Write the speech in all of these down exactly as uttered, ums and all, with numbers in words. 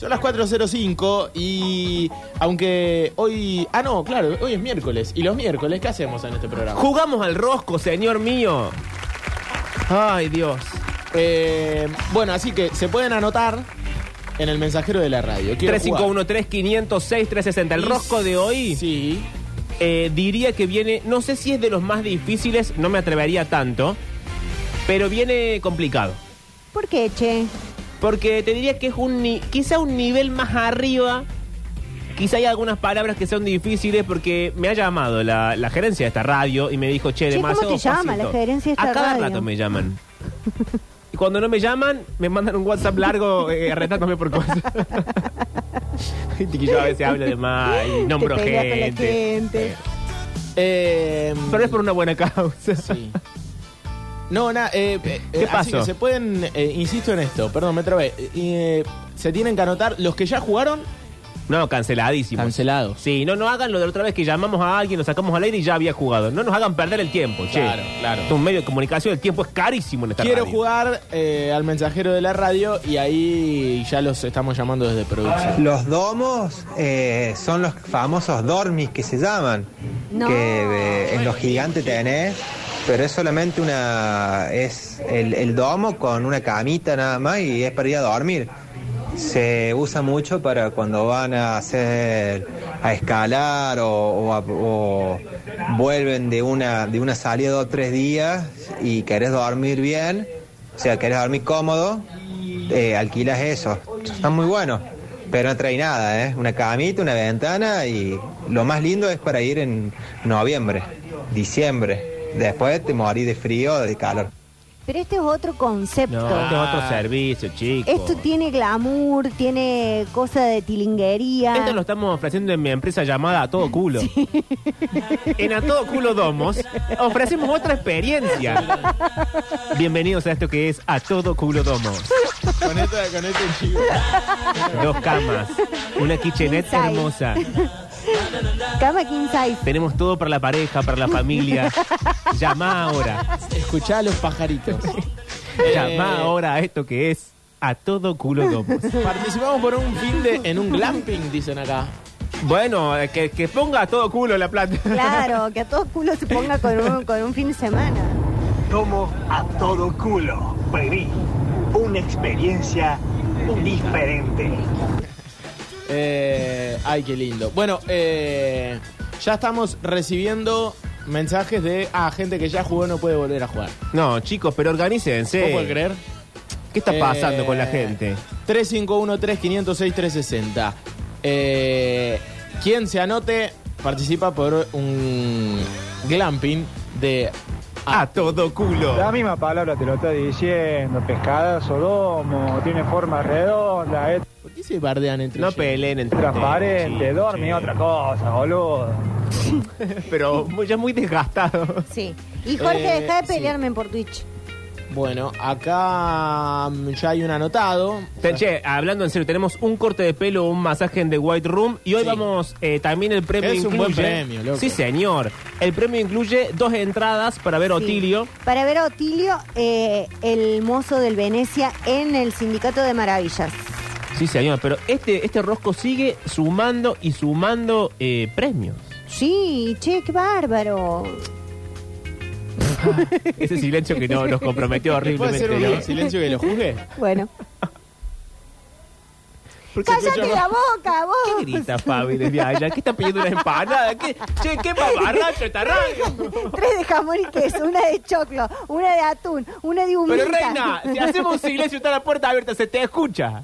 Son las cuatro cero cinco y aunque hoy... Ah, no, claro, hoy es miércoles. ¿Y los miércoles qué hacemos en este programa? Jugamos al rosco, señor mío. Ay, Dios. Eh, bueno, así que se pueden anotar en el mensajero de la radio. tres cinco uno tres, quinientos seis, trescientos sesenta. El rosco de hoy... Sí. Eh, diría que viene... No sé si es de los más difíciles, no me atrevería tanto, pero viene complicado. ¿Por qué, che? Porque te diría que es un ni- quizá un nivel más arriba. Quizá hay algunas palabras que son difíciles porque me ha llamado la, la gerencia de esta radio y me dijo, che, Che, demasiado ¿cómo te llama fácil la todo. gerencia de esta A cada radio? rato me llaman. Y cuando no me llaman, me mandan un WhatsApp largo eh, retándome por cosas. Viste que yo a veces hablo de más y nombro Te peleas con la gente. gente. Eh, Pero es por una buena causa. Sí. No, nada, eh, eh, ¿Qué así pasó? que se pueden, eh, insisto en esto, perdón, me trabé. Eh, se tienen que anotar los que ya jugaron, No, canceladísimo. cancelados. Sí, no, no hagan lo de la otra vez que llamamos a alguien, lo sacamos al aire y ya había jugado. No nos hagan perder el tiempo, che. Claro, claro. Esto es un medio de comunicación, el tiempo es carísimo en esta Quiero radio. jugar eh, al mensajero de la radio y ahí ya los estamos llamando desde producción. Los domos eh, son los famosos dormis que se llaman, No. que eh, en los gigantes tenés, pero es solamente una, es el, el domo con una camita nada más y es para ir a dormir. Se usa mucho para cuando van a hacer, a escalar o, o a- o vuelven de una, de una salida de dos o tres días y querés dormir bien, o sea, querés dormir cómodo, eh, alquilas eso. Están muy buenos, pero no trae nada, ¿eh? Una camita, una ventana y lo más lindo es para ir en noviembre, diciembre. Después te morís de frío o de calor. Pero este es otro concepto. No, este es otro servicio, chicos. Esto tiene glamour, tiene cosa de tilinguería. Esto lo estamos ofreciendo en mi empresa llamada A Todo Culo. En A Todo Culo Domos ofrecemos otra experiencia. Bienvenidos a esto que es A Todo Culo Domos. Con esto, con este chico. Dos camas, una kitchenette King size. hermosa. Cama king size. Tenemos todo para la pareja, para la familia. Llama ahora. Escuchá a los pajaritos. Llama Eh, ahora a esto que es A Todo Culo Domos. Participamos por un fin de en un glamping, dicen acá. Bueno, eh, que, que ponga A Todo Culo la plata. Claro, que a todo culo se ponga con un, con un fin de semana. Tomo a todo culo. Pedí una experiencia diferente. Eh, ay, qué lindo. Bueno, eh, ya estamos recibiendo mensajes de ah, gente que ya jugó no puede volver a jugar. No, chicos, pero organícense. ¿Cómo puede creer? ¿Qué está pasando Eh, con la gente? tres cinco uno tres, quinientos seis, trescientos sesenta. Eh, quien se anote participa por un glamping de... A Todo Culo. La misma palabra te lo está diciendo, pescada, sodomo, tiene forma redonda, es ¿Por qué se bardean entre No ellos? peleen entre transparente, ustedes, dorme chicos. otra cosa, boludo. Pero muy- ya muy desgastado. Sí. Y Jorge, Eh, deja de sí. pelearme por Twitch. Bueno, acá mm, ya hay un anotado. Te- Che, hablando en serio, tenemos un corte de pelo, un masaje en The White Room y hoy Sí. vamos, eh, también el premio Es un incluye... buen premio, loco. Sí, señor. El premio incluye dos entradas para ver a Sí. Otilio. Para ver a Otilio, eh, el mozo del Venecia, en el Sindicato de Maravillas. Sí, señor, pero este, este rosco sigue sumando y sumando eh, premios. Sí, che, qué bárbaro. Ese silencio que no, nos comprometió ¿Puede horriblemente. ser ¿no? un silencio que lo juzgue? Bueno. Porque ¡Cállate escucho- la boca, vos! ¿Qué grita Fabi desde allá? ¿Qué está pidiendo una empanada? ¿Qué, che, qué mamarracho esta radio? Tres de jamón y queso, una de choclo, una de atún, una de humita. Pero reina, si hacemos un silencio y está la puerta abierta, se te escucha.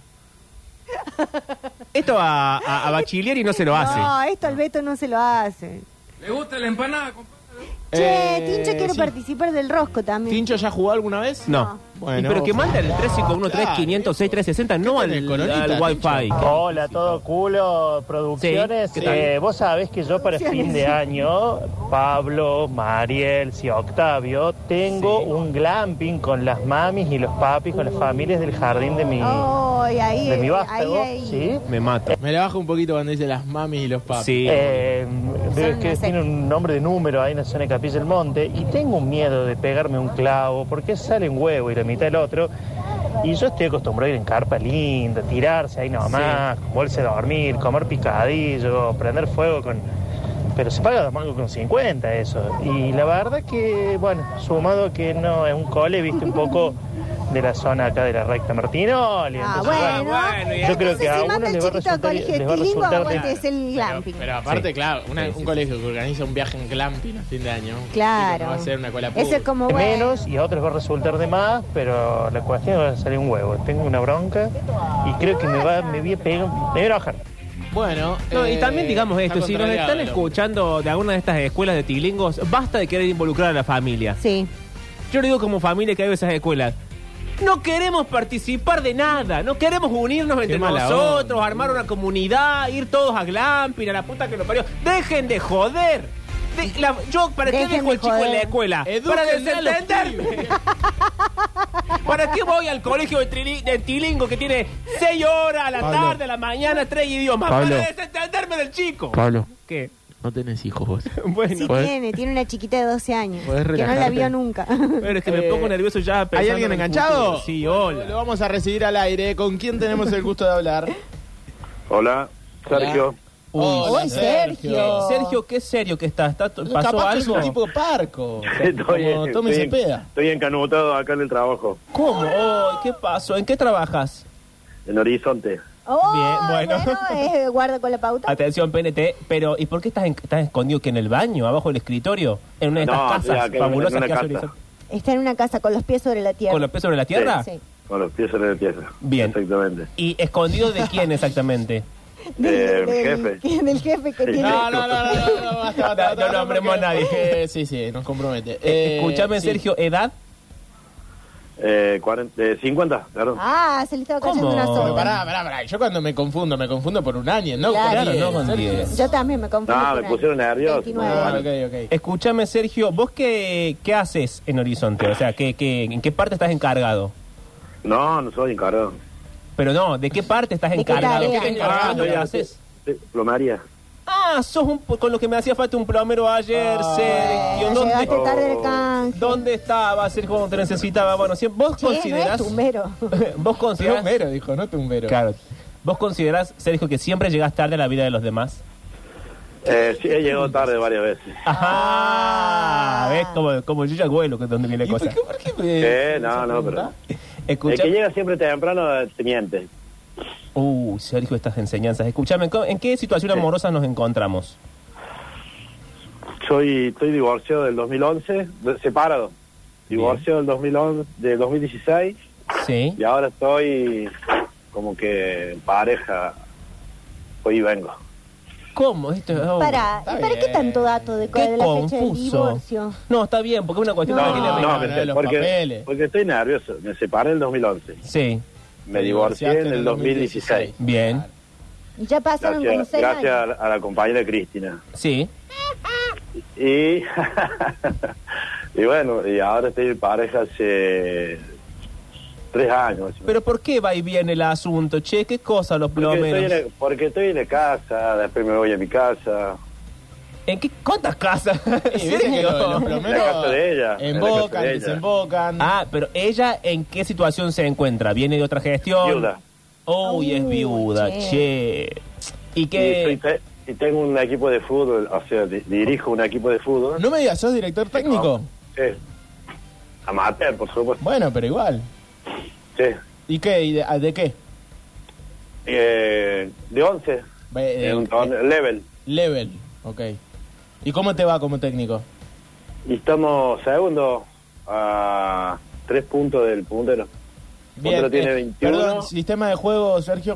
Esto a, a, a Bachilieri no se lo hace. No, esto al Beto no se lo hace. ¿Le gusta la empanada, compadre? Che, Eh, Tincho quiere sí. participar del rosco también. ¿Tincho ya jugó alguna vez? No. Bueno, Y pero que manda el tres cinco uno tres, Claro. quinientos seis, trescientos sesenta, no al, tenés, Coronita, al Wi-Fi. Hola, todo culo, producciones. Sí, ¿qué tal? Eh, vos sabés que yo para fin de año, Pablo, Mariel y Octavio, tengo un glamping con las mamis y los papis, con las familias del jardín de mi, Oh, y ahí, de mi ahí, vástago. ahí. ¿Sí? Me mato. Me la bajo un poquito cuando dice las mamis y los papis. Sí. Eh, veo Son, que no sé. tiene un nombre de número ahí en la zona de Capilla del Monte y tengo un miedo de pegarme un clavo porque sale un huevo y la mitad del otro Y yo estoy acostumbrado a ir en carpa linda, tirarse ahí nomás, sí. Bolsa de dormir, comer picadillo, prender fuego con... Pero se paga dos mangos con cincuenta eso. Y la verdad que, bueno, sumado a que no es un cole, viste, un poco de la zona acá de la recta Martinoli. Ah, entonces, bueno. bueno yo creo que a uno les va a resultar, les va a resultar de... es el glamping. Pero, pero aparte, sí. claro, una, sí, un sí, colegio sí. que organiza un viaje en glamping a fin de año. Claro. No va a ser una cola Eso es como de bueno. menos y a otros va a resultar de más, pero la cuestión va a salir un huevo. Tengo una bronca y creo que me va, me voy a pegar, me voy a enojar. Bueno, no, eh, y también digamos esto, si nos están ¿no? escuchando de alguna de estas escuelas de tilingos, basta de querer involucrar a la familia. Sí. Yo le digo como familia que hay esas escuelas, no queremos participar de nada, no queremos unirnos entre nosotros, onda. Armar una comunidad, ir todos a glamping, a la puta que lo parió. Dejen de joder. De, la, yo, ¿para Dejen qué dejo de el chico joder. En la escuela? Eduquen para desentenderme. ¿Para qué voy al colegio de, trili, de tilingo que tiene seis horas a la Pablo. Tarde, a la mañana, tres idiomas? Pablo. Para desentenderme del chico. Pablo. ¿Qué? No tenés hijos vos. Bueno, sí ¿podés? tiene, tiene una chiquita de doce años que relajarte. no la vio nunca. Pero es que me pongo nervioso ya. ¿Hay alguien enganchado? Futuro. Sí, hola. Lo vamos a recibir al aire. ¿Con quién tenemos el gusto de hablar? Hola, Sergio. Uy, Hola, Sergio. Sergio. Sergio, qué serio que está. ¿Está ¿Pasó Capaz algo? Que es un tipo parco. Estoy, como Tommy estoy, Cepeda. Estoy encanutado acá en el trabajo. ¿Cómo? Oh, ¿qué pasó? ¿En qué trabajas? En Horizonte. Oh, bien, bueno. bueno eh, guarda con la pauta. Atención, P N T. Pero, ¿y por qué estás, en, estás escondido que en el baño, abajo del escritorio? En una de estas no, casas acá, fabulosas en una que hace casa. Horizonte. Está en una casa con los pies sobre la tierra. ¿Con los pies sobre la tierra? Sí. Con los pies sobre la tierra. Bien. Exactamente. ¿Y escondido de quién exactamente? Del, del del jefe. Del jefe que Sí. tiene. No, no, no, no, no, no, basta, basta, No, no nombremos a nadie. Eh, sí, sí, nos compromete. Eh, Eh, Escúchame, sí. Sergio, ¿edad? Eh, cuarenta, eh, cincuenta, claro. Ah, se le estaba cayendo ¿Cómo? una Pero sola. pará, pará, pará. Yo cuando me confundo, me confundo por un año, ¿no? Claro, con diez, no con Sergio. diez. Yo también me confundo. No, con me él. pusieron nervioso. veintinueve. Ah, Bueno. ok, ok. Escúchame, Sergio, ¿vos qué, qué haces en Horizonte? O sea, ¿qué, qué, ¿en qué parte estás encargado? No, no soy encargado. Pero no, ¿de qué parte estás ¿De qué encargado? tarea? ¿Qué te encargas? Ah, ¿Qué estoy- haces? Sí, plomería. Ah, sos un, con lo que me hacía falta un plomero ayer, Ah, Sergio. ¿Dónde, Llegaste tarde del Oh. canje. ¿Dónde estaba, Sergio, cuando te necesitaba? Bueno, si vos Che, no considerás... es tumbero. vos considerás... Tumbero, dijo, no tumbero. Claro. ¿Vos considerás, Sergio, que siempre llegás tarde a la vida de los demás? Eh, sí, he llegado tarde varias veces. Ajá. ¿Ves? Como, como yo ya vuelo, que es donde viene ¿Y la por cosa. qué? ¿Por qué me- Eh, esa no, no, pregunta? pero... Escucha... El que llega siempre temprano eh, te miente. Uh, Sergio, estas enseñanzas. Escúchame, ¿en qué situación amorosa nos encontramos? Soy, estoy divorciado del dos mil once, de- separado. Divorciado del dos mil once, del dos mil dieciséis Sí. y ahora estoy como que en pareja. Hoy y vengo. ¿Cómo? Esto es... oh. Para, Está ¿y para qué bien. tanto dato de, Qué de la fecha del confuso. divorcio? No, está bien, porque es una cuestión No, de que No, le- no, pero- no, los porque, papeles. porque estoy nervioso. Me separé en el dos mil once. Sí, Me divorcié en el dos mil dieciséis. bien. Ya pasaron como Gracias, seis gracias a años. la, a la compañera Cristina. Sí. Y, y bueno, y ahora estoy en pareja hace tres años. Pero ¿por qué va y viene el asunto? Che, ¿qué cosa los porque, estoy plomeros? en la, porque estoy en la casa, después me voy a mi casa. ¿En qué? ¿Cuántas casas? Sí, viste que los, los plomeros La casa de ella, en la casa embocan, de ella. desembocan. Ah, pero ella, ¿en qué situación se encuentra? ¿Viene de otra gestión? Viuda. Uy, es Uy, viuda, che. che. ¿Y Y, qué? soy te- y tengo un equipo de fútbol, o sea, di- dirijo un equipo de fútbol. No me digas, ¿sos director técnico? Sí. Amateur, por supuesto. Bueno, pero igual. Sí. ¿Y qué? ¿Y de, a- de qué? Eh, de once. Ve- en un eh, torneo- level. Level, ok. ¿Y cómo te va como técnico? Y estamos segundo a tres puntos del puntero. Puntero tiene eh, veintiuno. Perdón, ¿sistema de juego, Sergio?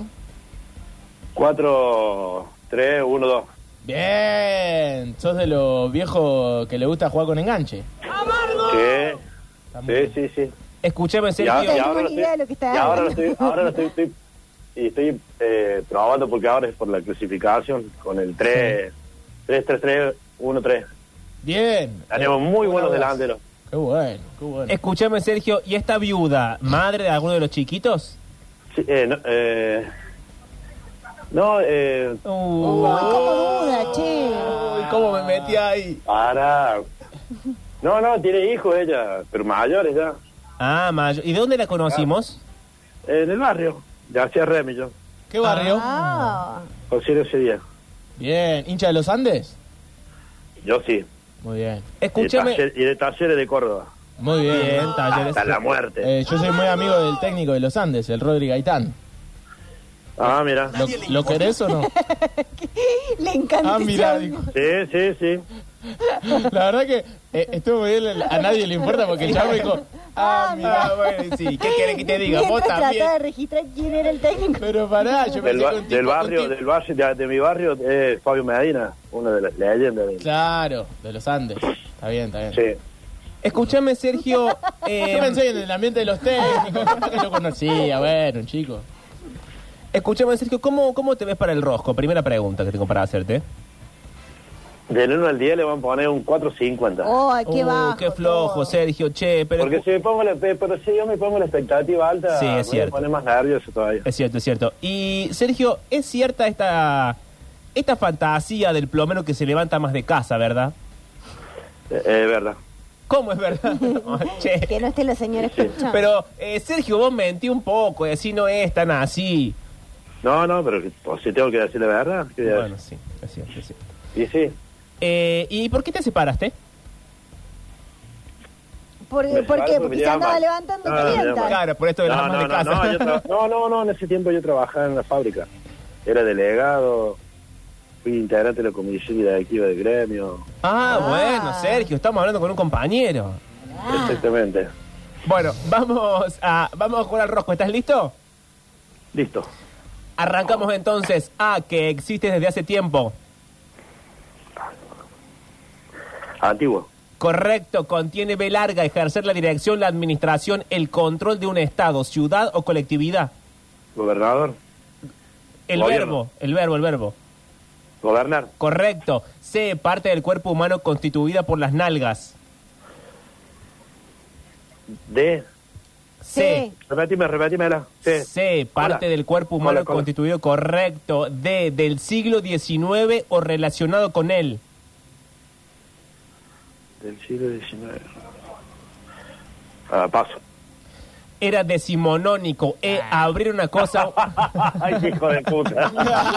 cuatro, tres, uno, dos. Bien, sos de los viejos que le gusta jugar con enganche. Sí, Está muy sí, bien. sí, sí. Escúchame, Y, Sergio. a- y tengo ahora ni lo idea de estoy, lo que está y ahora lo hablando. estoy, ahora lo estoy, estoy- y estoy eh, trabajando porque ahora es por la clasificación con el tres, tres, tres, tres, uno, tres. Bien. Tenemos muy buenos Buena voz. delanteros. Qué bueno, qué bueno. Escúchame, Sergio. ¿Y esta viuda, madre de alguno de los chiquitos? Sí, eh, no, eh, no eh, Uy, Uy, ¿cómo duda, che? Uy, ¿cómo me metí ahí? para. No, no, tiene hijos ella, pero mayores ya. Ah, Mayo. ¿Y de dónde la conocimos? En el barrio. Ya hacía remi yo. ¿Qué barrio? Ah. Consigo ese día. Bien. ¿Hincha de los Andes? Yo sí. Muy bien. Escúchame. Y de, taller- y de Talleres de Córdoba. Muy bien. Bien, Talleres. Hasta la muerte. Eh, yo soy muy amigo del técnico de los Andes, el Rodri Gaitán. Ah, mira. ¿Lo, ¿lo querés o no? Le encanta. Ah, mira, ese dijo. Sí, sí, sí. La verdad que eh, estuvo muy bien, a nadie le importa porque el chavo dijo, ah, mira, Ah, bueno, sí. ¿Qué querés que te diga? Mientras Vos trataba también. de registrar quién era el técnico. pero pará, yo Del, pensé ba- que un tipo, del barrio, un tipo- del barrio de, de mi barrio, es Fabio Medina, una de las leyendas. de- Claro, de los Andes. Está bien, está bien. Sí. Escúchame, Sergio. eh, Yo pensé en el ambiente de los técnicos, capaz que lo conocía, bueno, un chico. Escúchame, Sergio, ¿cómo, ¿cómo te ves para el rosco? Primera pregunta que tengo para hacerte. Del uno al diez le van a poner un cuatro cincuenta. Oh, qué Uh, bajo. qué flojo, todo. Sergio, che, pero... Porque si me pongo la, pero si yo me pongo la expectativa alta, Sí, es me cierto. pone más nervioso todavía. Es cierto, es cierto. Y, Sergio, es cierta esta, esta fantasía del plomero que se levanta más de casa, ¿verdad? Es eh, verdad. ¿Cómo es verdad? No, che. Que no esté la señora escuchando. Pero, eh, Sergio, vos mentí un poco, y así no es tan así. No, no, pero pues, si tengo que decir la verdad. ¿qué voy a Bueno, sí, es cierto, es cierto. decir? Y sí. Eh, ¿Y por qué te separaste? ¿Por, Me ¿por qué? separo Porque me se andaba llaman. levantando No, no, me clientas. llaman. Claro, por esto de las No, amas no, de no, casa. no, yo tra- no, no, no, en ese tiempo yo trabajaba en la fábrica. Era delegado, fui integrante de la comisión directiva del gremio. Ah, Ah. bueno, Sergio, estamos hablando con un compañero. Exactamente. Bueno, vamos a, vamos a jugar al rosco. ¿Estás listo? Listo. Arrancamos entonces. A, que existe desde hace tiempo. Antiguo. Correcto, contiene B larga, ejercer la dirección, la administración, el control de un estado, ciudad o colectividad. Gobernador. El Gobierno. verbo, el verbo, el verbo. Gobernar. Correcto. C, parte del cuerpo humano constituida por las nalgas. D. C, Repetime, repetímela. C. C, parte Cola. del cuerpo humano Cola, cola. constituido, correcto. D, del siglo diecinueve o relacionado con él. Del siglo diecinueve. Ah, paso. Era decimonónico. E, abrir una cosa... Ay, qué hijo de puta.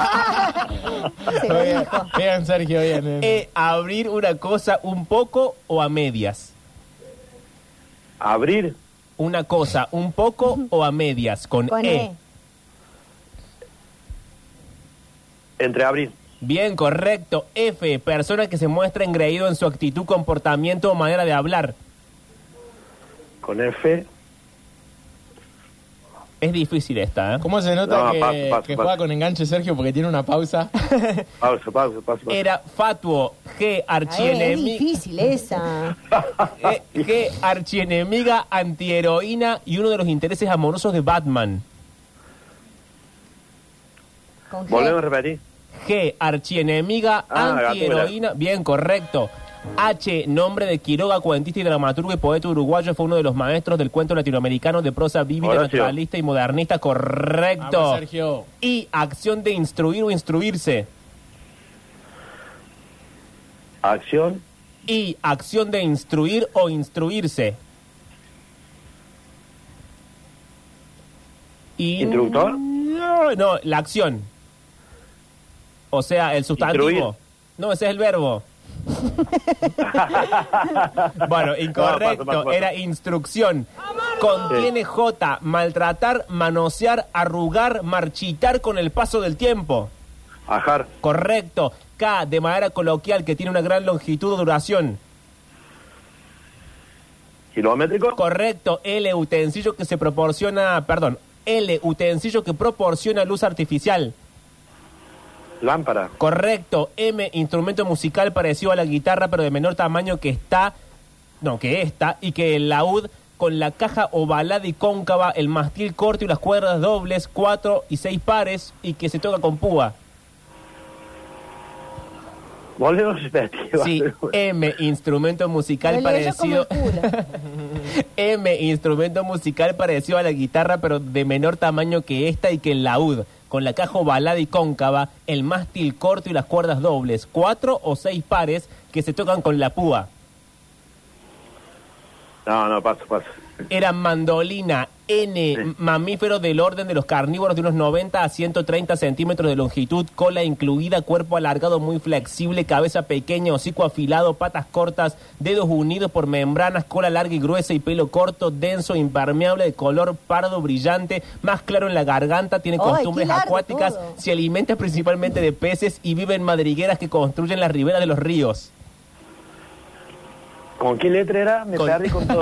Se lo Bien, dijo. bien, Sergio, bien. bien. E, abrir una cosa un poco o a medias. Abrir. Una cosa un poco o a medias, con, Con E. E. Entre abrir. Bien, correcto. F, persona que se muestra engreído en su actitud, comportamiento o manera de hablar. Con F. Es difícil esta, ¿eh? ¿Cómo se nota No, que, paso, paso, que paso. juega con enganche Sergio porque tiene una pausa? Pausa, pausa, pausa. pausa. Era fatuo. G, Ay, es archienemiga. difícil esa. Eh, G, archienemiga, antiheroína y uno de los intereses amorosos de Batman. Con G. Volvemos a repetir. G, archienemiga, Ah, antiheroína. Bien, correcto. H, nombre de Quiroga, cuentista y dramaturgo y poeta uruguayo, fue uno de los maestros del cuento latinoamericano de prosa vívida, Horacio. naturalista y modernista. Correcto. Vamos, Sergio. Y acción de instruir o instruirse. Acción. Y acción de instruir o instruirse. Y... Instructor. No, no, la acción. O sea, el sustantivo. Instruir. No, ese es el verbo. Bueno, incorrecto. No, paso, paso, paso. Era instrucción. Contiene J, maltratar, manosear, arrugar, marchitar con el paso del tiempo. Ajar. Correcto. K, de manera coloquial, que tiene una gran longitud o duración. Kilométrico. Correcto. L, utensilio que se proporciona, perdón, L, utensilio que proporciona luz artificial. Lámpara. Correcto. M, instrumento musical parecido a la guitarra, pero de menor tamaño que está, no, que esta, y que el laúd con la caja ovalada y cóncava, el mástil corto y las cuerdas dobles, cuatro y seis pares, y que se toca con púa. Volvemos a repetir. Sí, M, instrumento musical Lo leyó como parecido... el culo. M, instrumento musical parecido a la guitarra, pero de menor tamaño que esta y que el laúd, con la caja ovalada y cóncava, el mástil corto y las cuerdas dobles, cuatro o seis pares que se tocan con la púa. No, no, paso, paso. Era mandolina. N, Sí. mamífero del orden de los carnívoros de unos noventa a ciento treinta centímetros de longitud, cola incluida, cuerpo alargado muy flexible, cabeza pequeña, hocico afilado, patas cortas, dedos unidos por membranas, cola larga y gruesa y pelo corto, denso, impermeable, de color pardo brillante, más claro en la garganta, tiene ¡Ay, costumbres qué largo acuáticas, todo! se alimenta principalmente de peces y vive en madrigueras que construyen las riberas de los ríos. ¿Con qué letra era? Me Con- perdí con todo.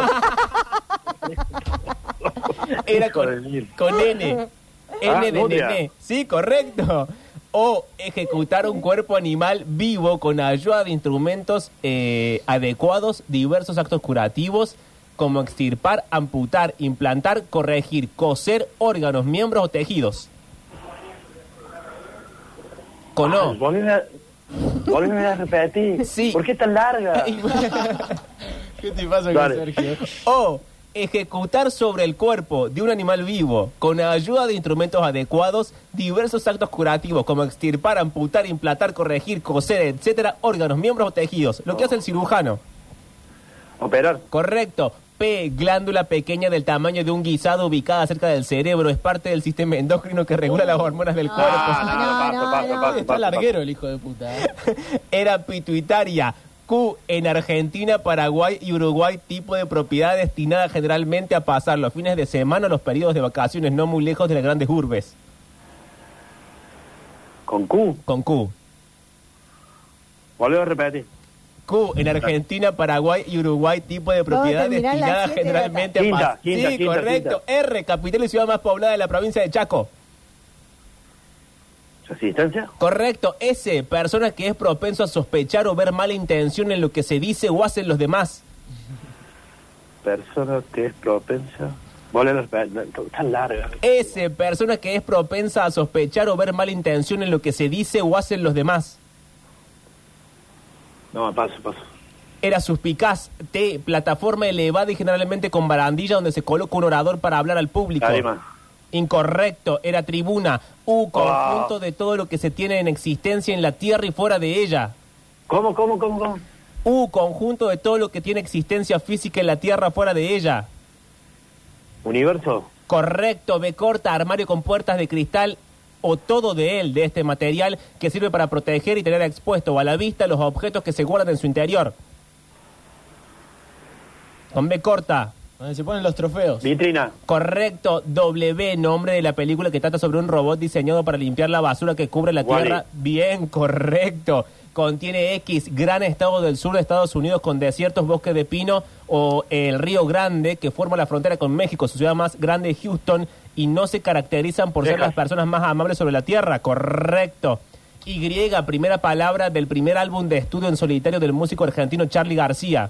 Era Hijo de con, mil. con N. N Ah, de nutria. nene. Sí, correcto. O ejecutar un cuerpo animal vivo con ayuda de instrumentos eh, adecuados, diversos actos curativos, como extirpar, amputar, implantar, corregir, coser órganos, miembros o tejidos. Con Ah, O. volveme a, volveme a repetir. Sí. ¿Por qué tan larga? ¿Qué te pasa con Dale. Sergio? O ejecutar sobre el cuerpo de un animal vivo, con ayuda de instrumentos adecuados, diversos actos curativos, como extirpar, amputar, implantar, corregir, coser, etcétera, órganos, miembros o tejidos. Lo que hace el cirujano. Operar. Correcto. P, glándula pequeña del tamaño de un guisado ubicada cerca del cerebro. Es parte del sistema endocrino que regula las hormonas del cuerpo. Ah, no, No, paso, no, paso, no. paso, Está paso, larguero el hijo de puta. ¿eh? Era pituitaria. Q, en Argentina, Paraguay y Uruguay, tipo de propiedad destinada generalmente a pasar los fines de semana o los periodos de vacaciones no muy lejos de las grandes urbes. Con Q. Con Q. Volveme a repetir. Q, en Argentina, Paraguay y Uruguay, tipo de propiedad terminar las destinada siete de la generalmente tarde. a pasar. Quinta, quinta, Sí, quinta, correcto. R, capital y ciudad más poblada de la provincia de Chaco. ¿Asistencia? Correcto. S, persona que es propenso a sospechar o ver mala intención en lo que se dice o hacen los demás. Persona que es propensa. Volveme a repetir. Tan larga. S, persona que es propensa a sospechar o ver mala intención en lo que se dice o hacen los demás. No, paso, paso. Era suspicaz. T, plataforma elevada y generalmente con barandilla donde se coloca un orador para hablar al público. Tarima. Incorrecto. Era tribuna. U, conjunto Oh. de todo lo que se tiene en existencia en la tierra y fuera de ella. ¿Cómo, cómo, cómo, cómo? U, conjunto de todo lo que tiene existencia física en la tierra fuera de ella. ¿Universo? Correcto. B, corta, armario con puertas de cristal o todo de él, de este material que sirve para proteger y tener expuesto o a la vista los objetos que se guardan en su interior. Con B corta. Donde se ponen los trofeos. Vitrina. Correcto. W, nombre de la película que trata sobre un robot diseñado para limpiar la basura que cubre la Wall-E. tierra. Bien, correcto. Contiene X, gran estado del sur de Estados Unidos con desiertos, bosques de pino, o el Río Grande que forma la frontera con México, su ciudad más grande es Houston, y no se caracterizan por ser Texas. las personas más amables sobre la tierra. Correcto. Y, primera palabra del primer álbum de estudio en solitario del músico argentino Charly García.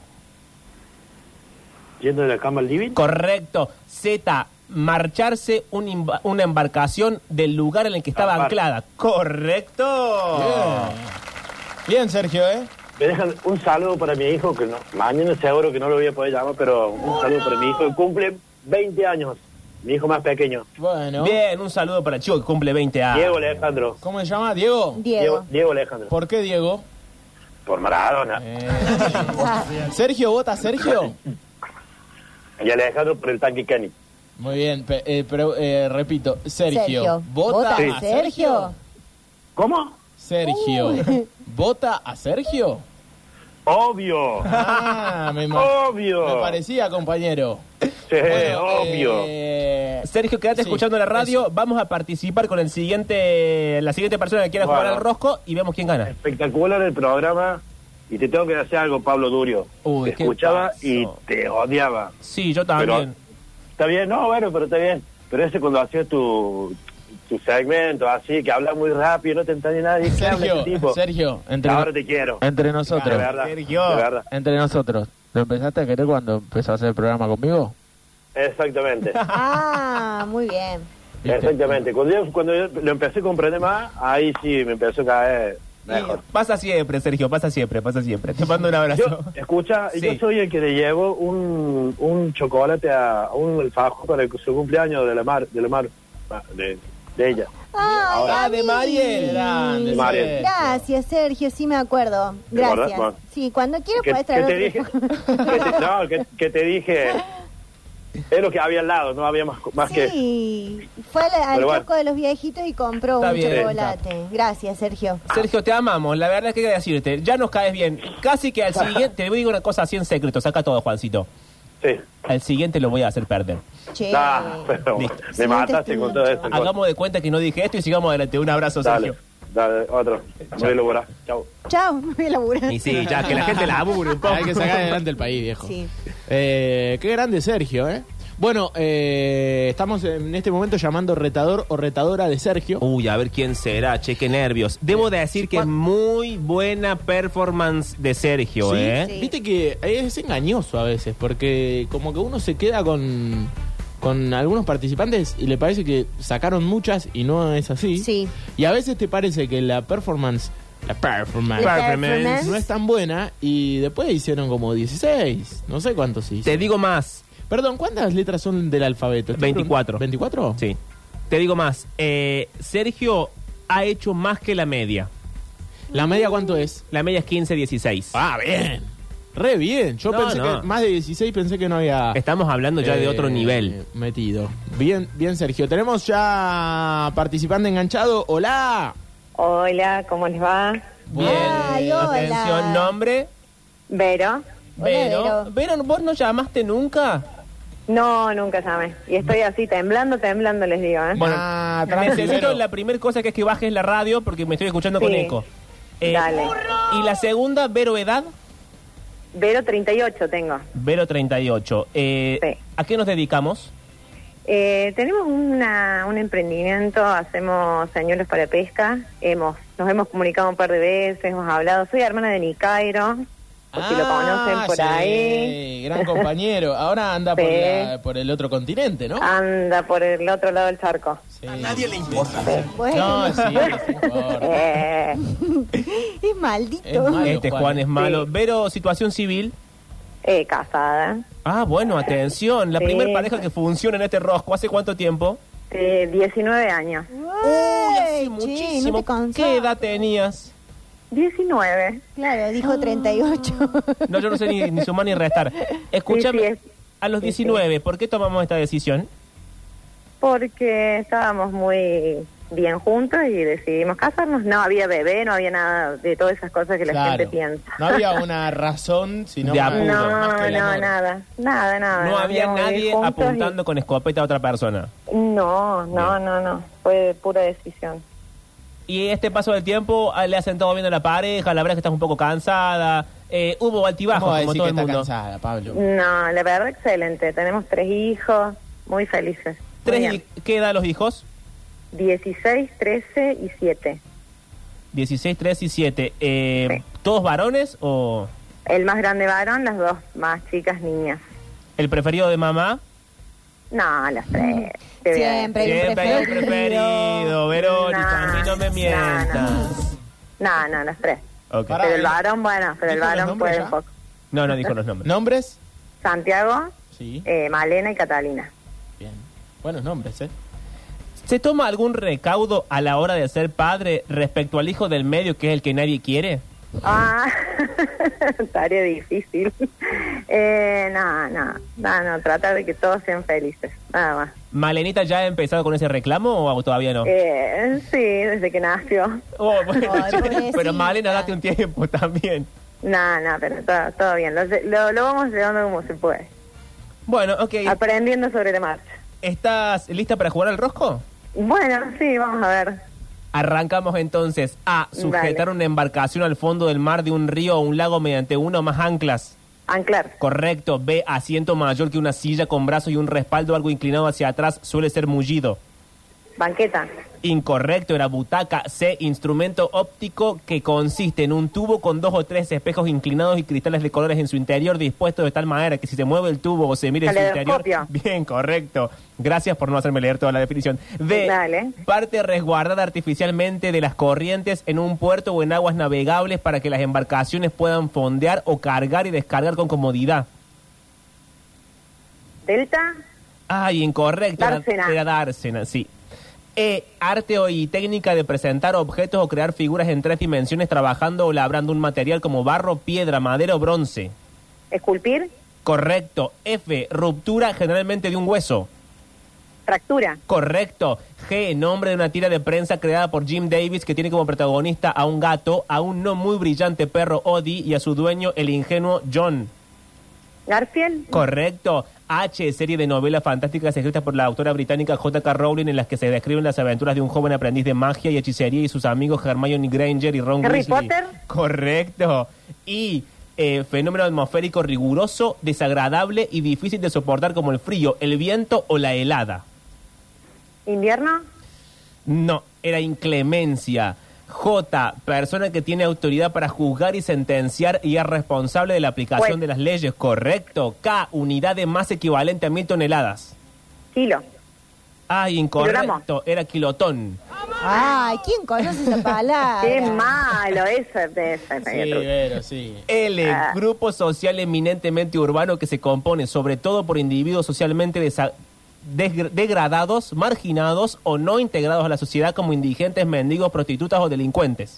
Yendo de la cama al living. Correcto. Z, marcharse un imba- una embarcación del lugar en el que estaba Zapar. anclada. Correcto. Bien. Bien, Sergio, ¿eh? Me dejan un saludo para mi hijo, que no, mañana seguro que no lo voy a poder llamar, pero un saludo para mi hijo que cumple veinte años. Mi hijo más pequeño. Bueno. Bien, un saludo para el chico que cumple veinte años. Diego Alejandro. ¿Cómo se llama? ¿Diego? Diego. Diego, Diego Alejandro. ¿Por qué Diego? Por Maradona. Eh, Sergio, ¿vota Sergio? Y Alejandro por el tanque Kenny. Muy bien, pe- eh, pero eh, repito, Sergio. Sergio. ¿Vota ¿Vota a a Sergio? ¿Cómo? Sergio. ¿Vota a Sergio? Obvio. Ah, me, ma- Obvio. me parecía, compañero. Sí, Bueno, obvio. eh, Sergio, quédate Sí, escuchando la radio. eso. Vamos a participar con el siguiente, la siguiente persona que quiera jugar Bueno. al rosco y vemos quién gana. Espectacular el programa. Y te tengo que decir algo, Pablo Durio. Uy, te ¿qué escuchaba pasó? y te odiaba. Sí, yo también. Está bien, no, bueno, pero está bien. Pero ese cuando hacías tu, tu segmento así, que hablas muy rápido, no te entendía nadie. ¿Qué habla Sergio, este tipo? Sergio, entre, Ahora te quiero. entre De nosotros. verdad. Sergio. De verdad. Entre nosotros. ¿Lo empezaste a querer cuando empezó a hacer el programa conmigo? Exactamente. Ah, muy bien. ¿Viste? Exactamente. Cuando yo, cuando yo lo empecé a comprender más, ahí sí me empezó a caer mejor. Y pasa siempre, Sergio, pasa siempre, pasa siempre. Te mando un Yo, abrazo. escucha, Sí. yo soy el que le llevo un, un chocolate a, a un alfajor para el- su cumpleaños de la mar, de la mar, ah, de, de ella. Ay, Ah, de Mariel. Grande, De Mariel. Sergio. Gracias, Sergio, sí me acuerdo. ¿Te acordás? Gracias. Bueno. Sí, cuando quieras Que, puedes que traer te otro. dije, que te, no, que, que te dije, es lo que había al lado, no había más, más que... Sí, fue al, al Pero bueno. kiosco de los viejitos y compró Está un bien. chocolate. Gracias, Sergio. Sergio, te amamos. La verdad es que hay que decirte, ya nos caes bien. Casi que al siguiente, te digo una cosa así en secreto, saca todo, Juancito. Sí. Al siguiente lo voy a hacer perder. Che. Ah, pero Listo. me Sí, mataste te con todo escucho. esto. Hagamos de cuenta que no dije esto y sigamos adelante. Un abrazo, Dale, Sergio. dale, otro. Muy elaborado. Chau. Chao, me voy a laburar. Y sí, ya, que la gente labure un poco. Hay que sacar adelante el país, viejo. Sí. Eh, qué grande Sergio, ¿eh? Bueno, eh, estamos en este momento llamando retador o retadora de Sergio. Uy, a ver quién será, che, qué nervios. Debo de decir que es muy buena performance de Sergio, ¿Sí? ¿eh? Sí. Viste que es engañoso a veces, porque como que uno se queda con, con algunos participantes y le parece que sacaron muchas y no es así. Sí. Y a veces te parece que la performance, la performance, La Performance. performance. no es tan buena y después hicieron como dieciséis, no sé cuántos hizo. Te digo más. Perdón, ¿cuántas letras son del alfabeto? Estoy veinticuatro. ¿veinticuatro? Sí. Te digo más. Eh, Sergio ha hecho más que la media. ¿La media cuánto es? La media es quince dieciséis. Ah, bien. Re bien. Yo No, pensé no. que más de dieciséis pensé que no había... Estamos hablando ya de eh, otro nivel. Metido. Bien, bien, Sergio. Tenemos ya participante enganchado. Hola. Hola, ¿cómo les va? Bien. Ay, hola. Atención, nombre. Vero. Hola, Vero. Vero. Vero, ¿vos no llamaste nunca? No, nunca llamé. Y estoy así, temblando, temblando, les digo, ¿eh? Bueno, Ah, tranqui, necesito Vero. la primera cosa que es que bajes la radio porque me estoy escuchando con Sí. eco. Eh, Dale. Y la segunda, Vero, edad. Vero treinta y ocho tengo. Vero treinta y ocho. Eh, Sí. ¿A qué nos dedicamos? Eh, tenemos una, un emprendimiento, hacemos señuelos para pesca. Hemos, nos hemos comunicado un par de veces, hemos hablado. Soy hermana de Nicairo, por si lo conocen por Ah, sí, ahí. gran compañero. Ahora anda por, Sí. la- por el otro continente, ¿no? Anda por el otro lado del charco. Sí. A nadie le importa. Bueno. No, sí, no importa. Eh, Es maldito. Es malo, Este Juan, Juan. es malo. Sí. Vero, situación civil. eh, casada. Ah, bueno, atención. La Sí. primera pareja que funciona en este rosco, ¿hace cuánto tiempo? Eh, diecinueve años. Uy, hace Che, muchísimo. no te cansás. ¿Qué edad tenías? diecinueve. Claro, dijo treinta y ocho. No, yo no sé ni, ni sumar ni restar. Escúchame, Sí, sí, es- a los sí, diecinueve, ¿por qué tomamos esta decisión? Porque estábamos muy bien juntos y decidimos casarnos. No había bebé, no había nada de todas esas cosas que la Claro. gente piensa. No había una razón, sino De más- apuro. No, más que el no, amor. nada, nada, nada. No había Habíamos nadie vivido juntos apuntando con escopeta a otra persona. y- No, no, no, no. Fue pura decisión. Y este paso del tiempo ah, le ha sentado bien a la pareja, la verdad es que estás un poco cansada. Eh, hubo altibajos, ¿Cómo va a como decir todo que el está mundo. cansada, Pablo? No, la verdad, excelente. Tenemos tres hijos, muy felices. Muy Tres bien. y- ¿Qué edad los hijos? dieciséis, trece y siete. dieciséis, trece y siete. Eh, Sí. ¿Todos varones o El más grande varón, las dos más chicas niñas. el preferido de mamá? No, las tres. Qué bien. Siempre hay un Siempre hay un preferido. preferido, Verónica, No, a mí no me no, mientas. No, no, las tres. Ok. Pará, Pero el ¿eh? varón, bueno, pero el ¿Dijo los varón nombres puede ya? un poco. No, no dijo los nombres. ¿Nombres? Santiago, Sí. eh, Malena y Catalina. Bien. Buenos nombres, ¿eh? ¿Se toma algún recaudo a la hora de ser padre respecto al hijo del medio, que es el que nadie quiere? Ah, tarea difícil. Eh, no, no, no, no, tratar de que todos sean felices, nada más. ¿Malenita ya ha empezado con ese reclamo o todavía no? Eh, sí, desde que nació. Oh, bueno, Ay, pobrecita. pero Malena, date un tiempo también. No, no, pero todo, todo bien, lo, lo, lo vamos llevando como se puede, Bueno, ok. aprendiendo sobre la marcha. ¿Estás lista para jugar al rosco? Bueno, sí, vamos a ver. Arrancamos entonces. A. Sujetar Dale. una embarcación al fondo del mar, de un río o un lago mediante una o más anclas. Anclar, Correcto. B. Asiento mayor que una silla con brazos y un respaldo algo inclinado hacia atrás, suele ser mullido. banqueta, Incorrecto, era butaca. C. Instrumento óptico que consiste en un tubo con dos o tres espejos inclinados y cristales de colores en su interior dispuestos de tal manera que si se mueve el tubo o se mira en su interior... Caleidoscopio. Bien, correcto. Gracias por no hacerme leer toda la definición. D. Dale. Parte resguardada artificialmente de las corrientes en un puerto o en aguas navegables para que las embarcaciones puedan fondear o cargar y descargar con comodidad. delta, Ay, incorrecto. era- Dársena. Era dársena, sí. E, arte o y técnica de presentar objetos o crear figuras en tres dimensiones trabajando o labrando un material como barro, piedra, madera o bronce. Esculpir. Correcto. F, ruptura generalmente de un hueso. Fractura. Correcto. G, nombre de una tira de prensa creada por Jim Davis que tiene como protagonista a un gato, a un no muy brillante perro Odie y a su dueño, el ingenuo John. Garfield. Correcto. H, serie de novelas fantásticas escritas por la autora británica J K Rowling en las que se describen las aventuras de un joven aprendiz de magia y hechicería y sus amigos Hermione Granger y Ron Harry Weasley. Potter. Correcto. Y eh, fenómeno atmosférico riguroso, desagradable y difícil de soportar como el frío, el viento o la helada. Invierno. No, era inclemencia. J, persona que tiene autoridad para juzgar y sentenciar y es responsable de la aplicación Juez. de las leyes. Correcto. K, unidad de masa equivalente a mil toneladas. Kilo. Ay, incorrecto. Kilogramo. Era kilotón. Ay, ¿quién conoce esa palabra? Qué malo, eso es de esa. Sí, pero sí. L, Ah. grupo social eminentemente urbano que se compone sobre todo por individuos socialmente desa- desgr- degradados, marginados o no integrados a la sociedad como indigentes, mendigos, prostitutas o delincuentes.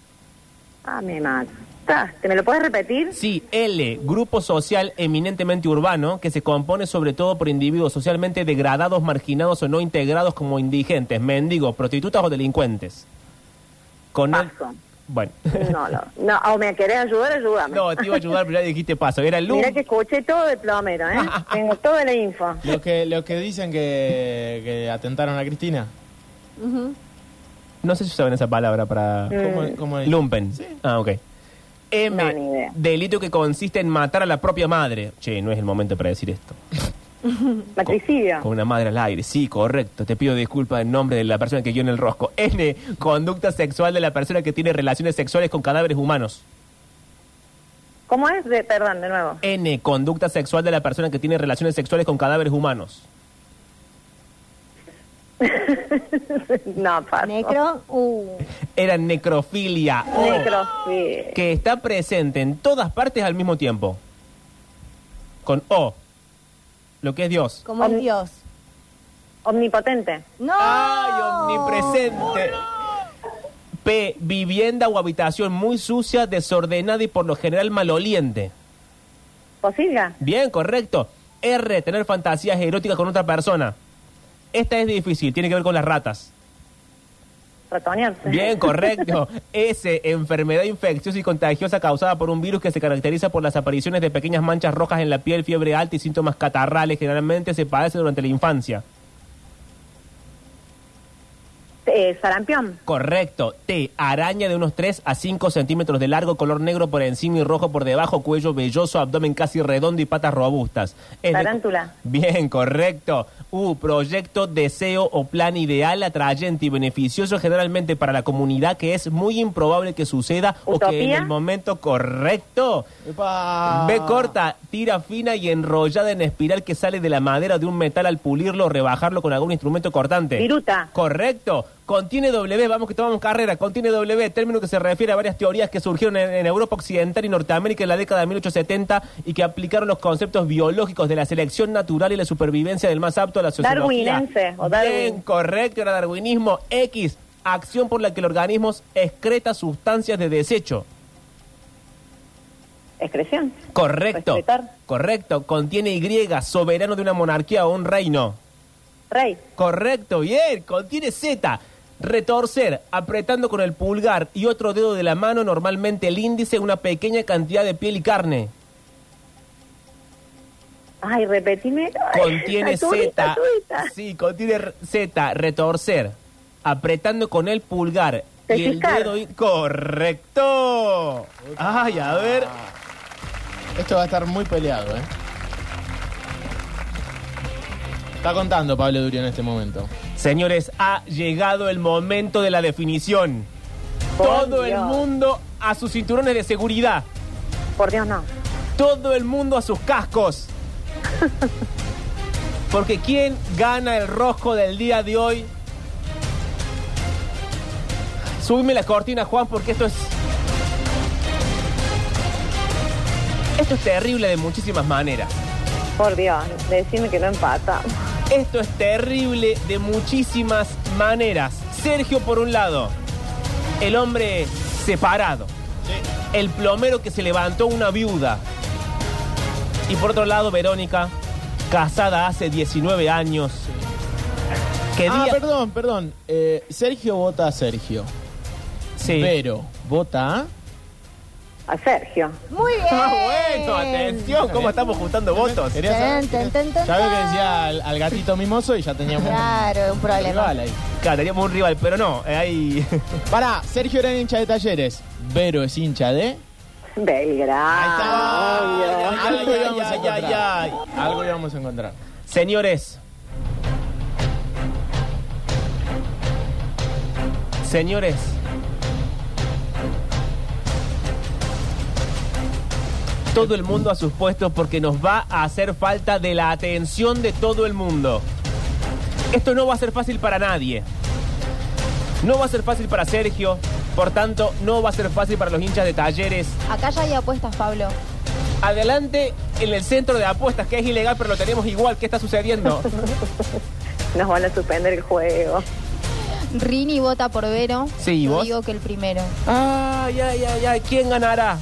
Ah, me mataste. ¿Me lo puedes repetir? Sí, L, grupo social eminentemente urbano que se compone sobre todo por individuos socialmente degradados, marginados o no integrados como indigentes, mendigos, prostitutas o delincuentes. Con el... Paso. Bueno. No, no. No, o me querés ayudar, ayúdame. No, te iba a ayudar, pero ya dijiste paso. Era el Mira que escuché todo de plomero, ¿eh? Tengo toda la info. Los que, los que dicen que, que atentaron a Cristina. Ujú. No sé si saben esa palabra para... ¿Cómo, cómo es? Lumpen. Sí. Ah, ok. M, No, ni idea. delito que consiste en matar a la propia madre. Che, no es el momento para decir esto. Matricidio. Con una madre al aire. Sí, correcto. Te pido disculpas en nombre de la persona que guió en el rosco. N, conducta sexual de la persona que tiene relaciones sexuales con cadáveres humanos. ¿Cómo es? De, perdón, de nuevo. N, conducta sexual de la persona que tiene relaciones sexuales con cadáveres humanos. No, paso. Necro. Uh. Era necrofilia. O, Necrofilia. que está presente en todas partes al mismo tiempo. Con O. Lo que es Dios. Como el Dios. Omnipotente. ¡No! ¡Ay, omnipresente! P, vivienda o habitación muy sucia, desordenada y por lo general maloliente. ¿Posilga? Bien, correcto. R, tener fantasías eróticas con otra persona. Esta es difícil, tiene que ver con las ratas. Ratonearse. Bien, correcto. S, enfermedad infecciosa y contagiosa causada por un virus que se caracteriza por las apariciones de pequeñas manchas rojas en la piel, fiebre alta y síntomas catarrales. Generalmente se padece durante la infancia. Eh, sarampión. Correcto. T, araña de unos tres a cinco centímetros de largo, color negro por encima y rojo por debajo, cuello velloso, abdomen casi redondo y patas robustas. Es de- Tarántula. Bien, correcto. U, proyecto, deseo o plan ideal, atrayente y beneficioso generalmente para la comunidad que es muy improbable que suceda o que en ¿Utopía? el momento correcto. ¡Epa! B corta, tira fina y enrollada en espiral que sale de la madera de un metal al pulirlo o rebajarlo con algún instrumento cortante. Viruta. Correcto. Contiene W, vamos que tomamos carrera. Contiene W, término que se refiere a varias teorías que surgieron en, en Europa Occidental y Norteamérica en la década de mil ochocientos setenta y que aplicaron los conceptos biológicos de la selección natural y la supervivencia del más apto a la sociología. Darwinense, o Darwin. Bien, correcto, era darwinismo. X, acción por la que el organismo excreta sustancias de desecho. Excreción. Correcto. Excretar. Correcto. Contiene Y, soberano de una monarquía o un reino. Rey. Correcto, bien. Contiene Z. Retorcer, apretando con el pulgar y otro dedo de la mano, normalmente el índice, una pequeña cantidad de piel y carne. Ay, repetime. Ay, Contiene la turita, Z. turita. Sí, contiene r- Z. Retorcer, apretando con el pulgar y el Pellizcar. dedo. í- Correcto. Ay, a ver. Esto va a estar muy peleado, ¿eh? Está contando Pablo Durio en este momento. Señores, ha llegado el momento de la definición. Por Todo el Dios. mundo a sus cinturones de seguridad. Por Dios, no. Todo el mundo a sus cascos. Porque ¿quién gana el rosco del día de hoy? Subime la cortina, Juan, porque esto es... Esto es terrible de muchísimas maneras. Por Dios, decime que no empata. Esto es terrible de muchísimas maneras. Sergio, por un lado, el hombre separado. Sí. El plomero que se levantó una viuda. Y por otro lado, Verónica, casada hace diecinueve años. ¿Qué ah, día? perdón, perdón. Eh, Sergio vota a Sergio. Sí. Pero, ¿vota a...? A Sergio. Muy bien. Ah, bueno, atención, cómo estamos juntando votos. ¿Querías saber? Ten, ten, ten, Ya veo que ten. decía al, al gatito mimoso y ya teníamos Claro, un problema. rival ahí. Claro, teníamos un rival, pero no, eh, ahí... Pará, Sergio era hincha de Talleres. Vero es hincha de... Belgrano. Obvio. Algo Ay, íbamos a ay, ay, encontrar. ay. Algo íbamos a encontrar. Señores. Señores. Todo el mundo a sus puestos porque nos va a hacer falta de la atención de todo el mundo. Esto no va a ser fácil para nadie. No va a ser fácil para Sergio. Por tanto, no va a ser fácil para los hinchas de Talleres. Acá ya hay apuestas, Pablo. Adelante en el centro de apuestas, que es ilegal, pero lo tenemos igual. ¿Qué está sucediendo? Nos van a suspender el juego. Rini vota por Vero. Sí, ¿y Yo vos? digo que el primero. Ay, ay, ay, ay. ¿Quién ganará?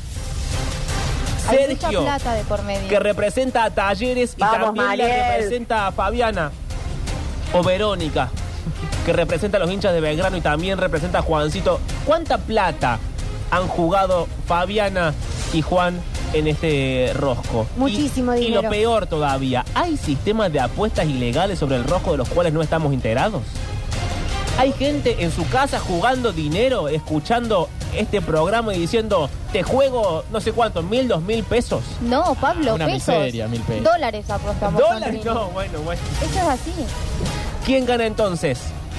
Hay mucha Sergio, plata de por medio. que representa a Talleres y Vamos, también Mariel. la representa a Fabiana. O Verónica, que representa a los hinchas de Belgrano y también representa a Juancito. ¿Cuánta plata han jugado Fabiana y Juan en este rosco? Muchísimo y, dinero. Y lo peor todavía, ¿hay sistemas de apuestas ilegales sobre el rosco de los cuales no estamos integrados? ¿Hay gente en su casa jugando dinero, escuchando este programa y diciendo, te juego no sé cuánto, mil, dos mil pesos? No, Pablo, Una pesos. miseria, mil pesos. Dólares apostamos. con ¿Dólares? Rini. No, bueno, bueno. Eso es así. ¿Quién gana entonces?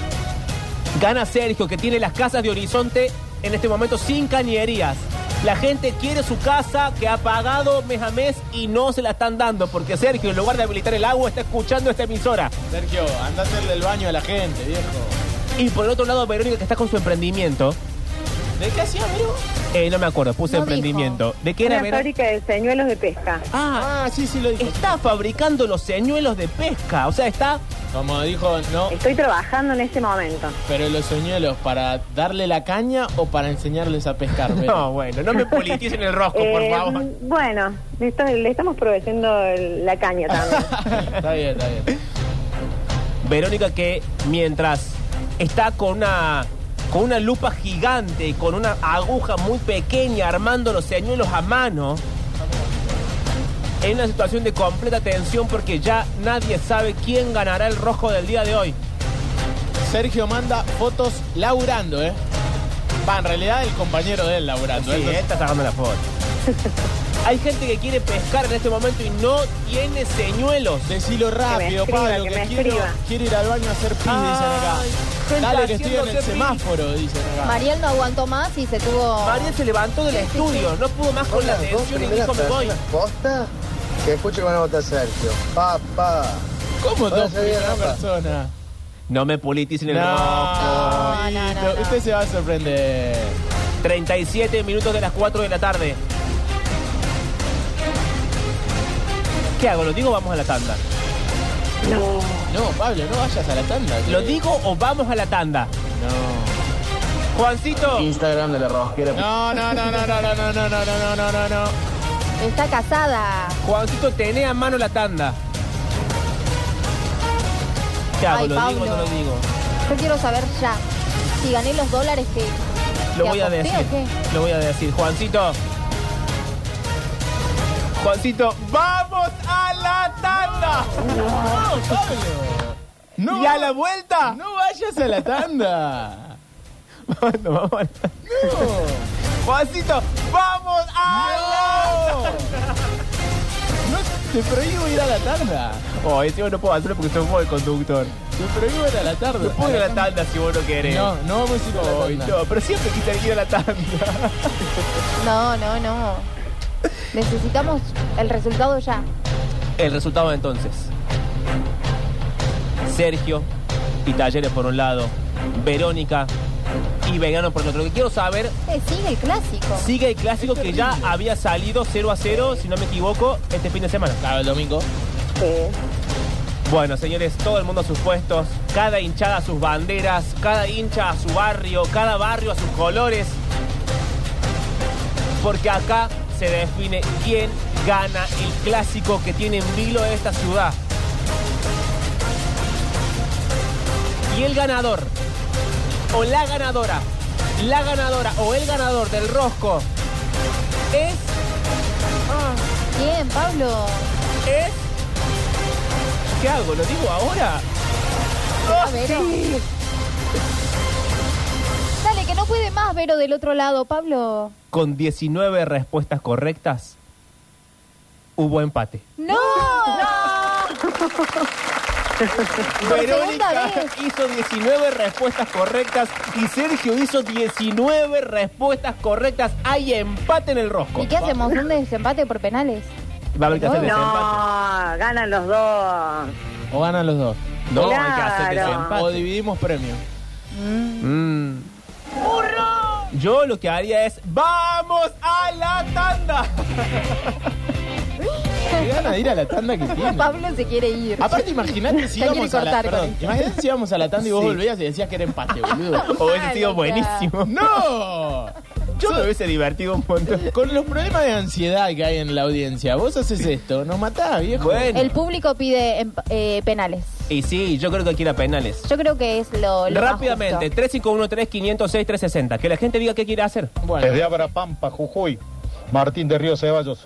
Gana Sergio, que tiene las casas de Horizonte en este momento sin cañerías. La gente quiere su casa que ha pagado mes a mes y no se la están dando porque Sergio, en lugar de habilitar el agua, está escuchando esta emisora. Sergio, anda a hacerle el baño a la gente, viejo. Y por el otro lado, Verónica, que está con su emprendimiento. ¿De qué hacía, amigo? Eh, no me acuerdo, puse No emprendimiento. ¿De qué era, Una Vero? fábrica de señuelos de pesca. Ah, Ah, sí, sí lo dijo. está fabricando los señuelos de pesca. O sea, está... Como dijo, no, Estoy trabajando en este momento. pero los señuelos, ¿para darle la caña o para enseñarles a pescar? Vero? No, bueno, no me politicen el rosco, por Eh, favor. Bueno, le, esto- le estamos proveyendo el- la caña también. Está bien, está bien. Verónica, que mientras está con una con una lupa gigante y con una aguja muy pequeña armando los señuelos a mano, en una situación de completa tensión porque ya nadie sabe quién ganará el rojo del día de hoy. Sergio manda fotos laburando, ¿eh? Va, en realidad el compañero de él laburando. Sí, ¿eh? él está sacando la foto. Hay gente que quiere pescar en este momento y no tiene señuelos. Decilo rápido, escriba, Pablo, que que, me quiero, escriba. quiero ir al baño a hacer pis, dicen acá. Ay, gente Dale que estoy en haciéndose el pis. semáforo, dicen acá. Mariel no aguantó más y se tuvo... María se levantó del estudio, no pudo más con la tensión y dijo, me voy. ¿Posta? Que escuche que van a votar Sergio. Papá. ¿Cómo Ahora dos se viene, primera papá. persona? No me politicen el No, rojo. no, amiguito, no, no. Usted se va a sorprender. treinta y siete minutos de las cuatro de la tarde. ¿Qué hago? ¿Lo digo o vamos a la tanda? No, Pablo, no vayas a la tanda. ¿Lo digo o vamos a la tanda? No. Juancito. Instagram de la rosquera. No, no, no, no, no, no, no, no, no, no, no, no, no. Está casada. Juancito, tené a mano la tanda. ¿Qué hago? Ay, ¿Lo digo o Pablo. no lo digo? Yo quiero saber ya. Si gané los dólares que... Lo que voy a aposté, decir. ¿o qué? Lo voy a decir. Juancito. Juancito, ¡vamos a la tanda! No, Pablo. No, ¿Y a la vuelta? No vayas a la tanda. Bueno, vamos a la tanda. No. Juancito, ¡vamos a la No. No, te prohíbo ir a la tanda. Oh, encima no puedo hacerlo porque soy vos el conductor. Te prohíbo ir a la tarde. No puedo ir a la tanda si vos no querés. No, no vamos a ir a la Ay, tanda. no, pero siempre quise ir a la tanda. No, no, no. Necesitamos el resultado ya. El resultado entonces. Sergio y Talleres por un lado, Verónica y Vegano por el otro. Lo que quiero saber, Eh, sigue el clásico. sigue el clásico que ya había salido cero a cero, si no me equivoco, este fin de semana. Claro, el domingo. Sí. Bueno, señores, todo el mundo a sus puestos, cada hinchada a sus banderas, cada hincha a su barrio, cada barrio a sus colores. Porque acá se define quién gana el clásico que tiene en vilo esta ciudad. Y el ganador, o la ganadora, la ganadora o el ganador del rosco es... Ah, bien, Pablo. Es... ¿Qué hago? ¿Lo digo ahora? A Vero. Sí. Dale, que no puede más Vero del otro lado, Pablo. Con diecinueve respuestas correctas, hubo empate. ¡No! Verónica hizo diecinueve respuestas correctas y Sergio hizo diecinueve respuestas correctas. Hay empate en el rosco. ¿Y qué hacemos? ¿Un desempate por penales? Va a haber que hacer No, desempate. ganan los dos. O ganan los dos. No, Claro. hay que hacer desempate. O dividimos premio. Mm. ¡Hurra! Yo lo que haría es ¡vamos a la tanda! Qué gana de ir a la tanda que tiene. Pablo se quiere ir. Aparte, imagínate si La íbamos quiere a la cortar perdón, con esto. imagínate si íbamos a la tanda y vos Sí. volvías y decías que era empate, boludo. Hubiese sido loca. buenísimo. ¡No! Yo me hubiese divertido un montón. Con los problemas de ansiedad que hay en la audiencia, vos haces esto, nos matás, viejo. Bueno. El público pide emp- eh, penales. Y sí, yo creo que hay que ir a penales. Yo creo que es lo, lo más Rápidamente, justo. tres cinco uno tres, cinco cero seis, tres seis cero. Que la gente diga qué quiere hacer. Bueno, Desde Abra Pampa, Jujuy, Martín de Río Ceballos.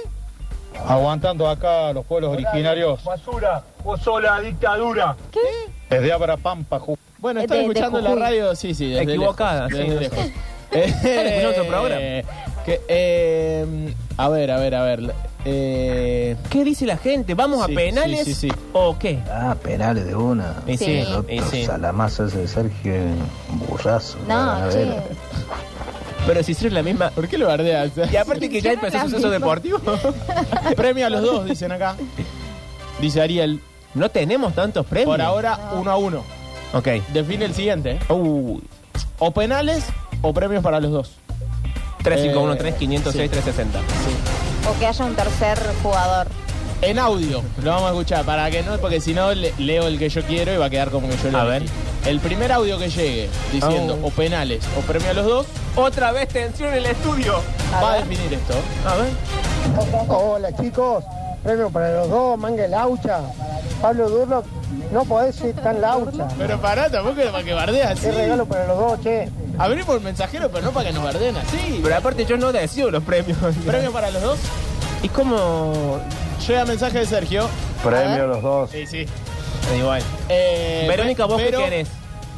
Aguantando acá a los pueblos originarios. Basura, vos sos la dictadura. Desde Abra Pampa, Jujuy. bueno, de- están de escuchando la Jujuy. radio, sí, sí, desde Equivocada, lejos, sí, desde no lejos. sé. Eh, ¿Están escuchando otro programa? que, eh, a ver, a ver, a ver. Eh, ¿Qué dice la gente? ¿Vamos Sí, a penales sí, sí, sí. o qué? Ah, penales de una. Y sí, y sí. Salamazo ese de Sergio, un burrazo. Van a No, ver. che. Pero si hicieron la misma... ¿Por qué lo bardeas? Y aparte que ya empezó suceso deportivo. Premio a los dos, dicen acá. Dice Ariel. No tenemos tantos premios. Por ahora, uno a uno. Ok. Define el siguiente. ¿eh? Uh, O penales o premios para los dos. tres cinco uno tres, cinco cero seis, sí. tres seis cero. O que haya un tercer jugador. En audio lo vamos a escuchar, para que no, porque si no le- leo el que yo quiero y va a quedar como que yo lo A elegí. El primer audio que llegue diciendo Oh. o penales o premio a los dos, Otra vez tensión en el estudio. va a definir esto. A ver. Hola chicos, premio para los dos, manga laucha. Pablo Durlo, no podés ser tan laucha. Pero pará, tampoco es para que bardeas así. Qué regalo para los dos, che. Abrimos el mensajero, pero no para que nos bardeen así. Pero aparte yo no decido los premios. Premio para los dos. ¿Y cómo...? Llega mensaje de Sergio. Premio a los dos. Sí, sí. Igual. Eh, Verónica, ¿vos pero- qué querés?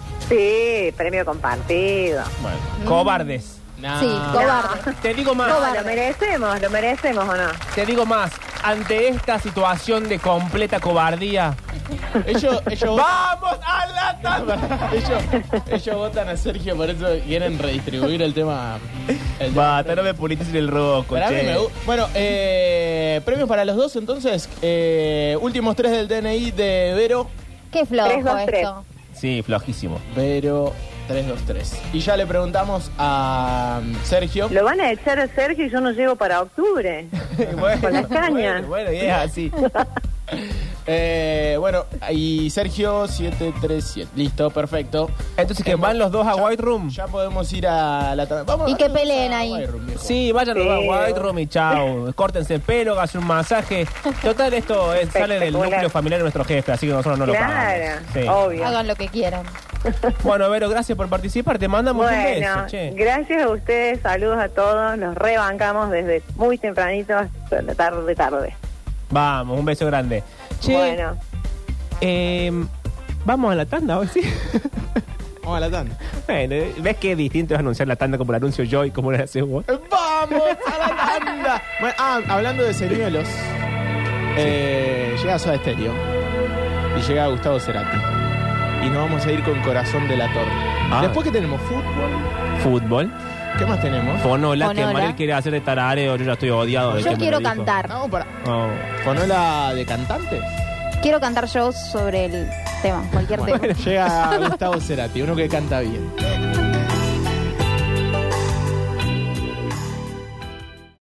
Sí, premio compartido. Bueno, cobardes. Nah. Sí, cobarde. Te digo más. No, lo merecemos, lo merecemos o no. Te digo más. Ante esta situación de completa cobardía, Ellos, ellos, ¡vamos a la tanda! ellos, ellos votan a Sergio, por eso quieren redistribuir el tema. El tema. Bata, no me politices el roco, Para mí che. me gu- Bueno, eh, premios para los dos, entonces. Eh, últimos tres del D N I de Vero. Qué flojo Tres, dos, tres. esto. Sí, flojísimo. Vero tres dos tres. Y ya le preguntamos a um, Sergio. Lo van a echar a Sergio y yo no llego para octubre. bueno, Con las cañas. Bueno, bueno, y es así. Eh, bueno, y Sergio siete tres siete. Listo, perfecto. Entonces que van los dos a Ya- White Room. Ya podemos ir a la ta- Vamos Y a- que peleen a ahí. White Room, viejo. Sí, vayan los dos Sí. a White Room y chao. Córtense el pelo, hagan un masaje. Total, esto es- sale del Espectacular. núcleo familiar de nuestro jefe, así que nosotros no lo Claro, pagamos. Sí. obvio. Hagan lo que quieran. Bueno, Vero, gracias por participar. Te mandamos un beso, Bueno, che. gracias a ustedes, saludos a todos, los rebancamos desde muy tempranito hasta la tarde, tarde. Vamos, un beso grande. Che, Bueno, eh, vamos a la tanda hoy, sí. Vamos a la tanda. Bueno, ¿ves qué distinto es anunciar la tanda como lo anuncio yo y como lo haces vos? ¡Vamos a la tanda! Bueno, ah, hablando de señuelos, eh, llega Soda Stereo y llega Gustavo Cerati. Y nos vamos a ir con Corazón de la Torre. Ah. Después que tenemos fútbol, Fútbol. ¿qué más tenemos? Fonola, que Fonola. Mariel quiere hacer de tarareo. Yo ya estoy odiado. de Yo que me quiero lo dijo. cantar. Vamos para Oh. Fonola de cantantes. Quiero cantar yo sobre el tema, cualquier Bueno, tema. llega Gustavo Cerati, uno que canta bien.